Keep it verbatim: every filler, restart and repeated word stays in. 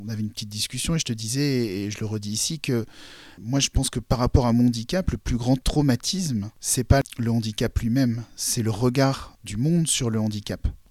On avait une petite discussion et je te disais, et je le redis ici, que moi je pense que par rapport à mon handicap, le plus grand traumatisme, c'est pas le handicap lui-même, c'est le regard du monde sur le handicap.